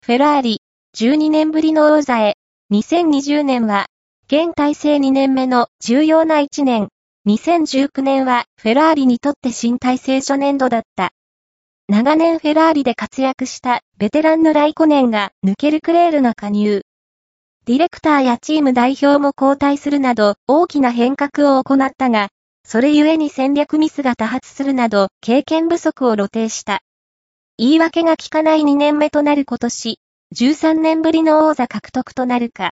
フェラーリ、12年ぶりの王座へ。2020年は、現体制2年目の重要な1年。2019年は、フェラーリにとって新体制初年度だった。長年フェラーリで活躍したベテランのライコネンが抜けるクレールが加入。ディレクターやチーム代表も交代するなど大きな変革を行ったが、それゆえに戦略ミスが多発するなど経験不足を露呈した。言い訳が効かない2年目となる今年、13年ぶりの王座獲得となるか。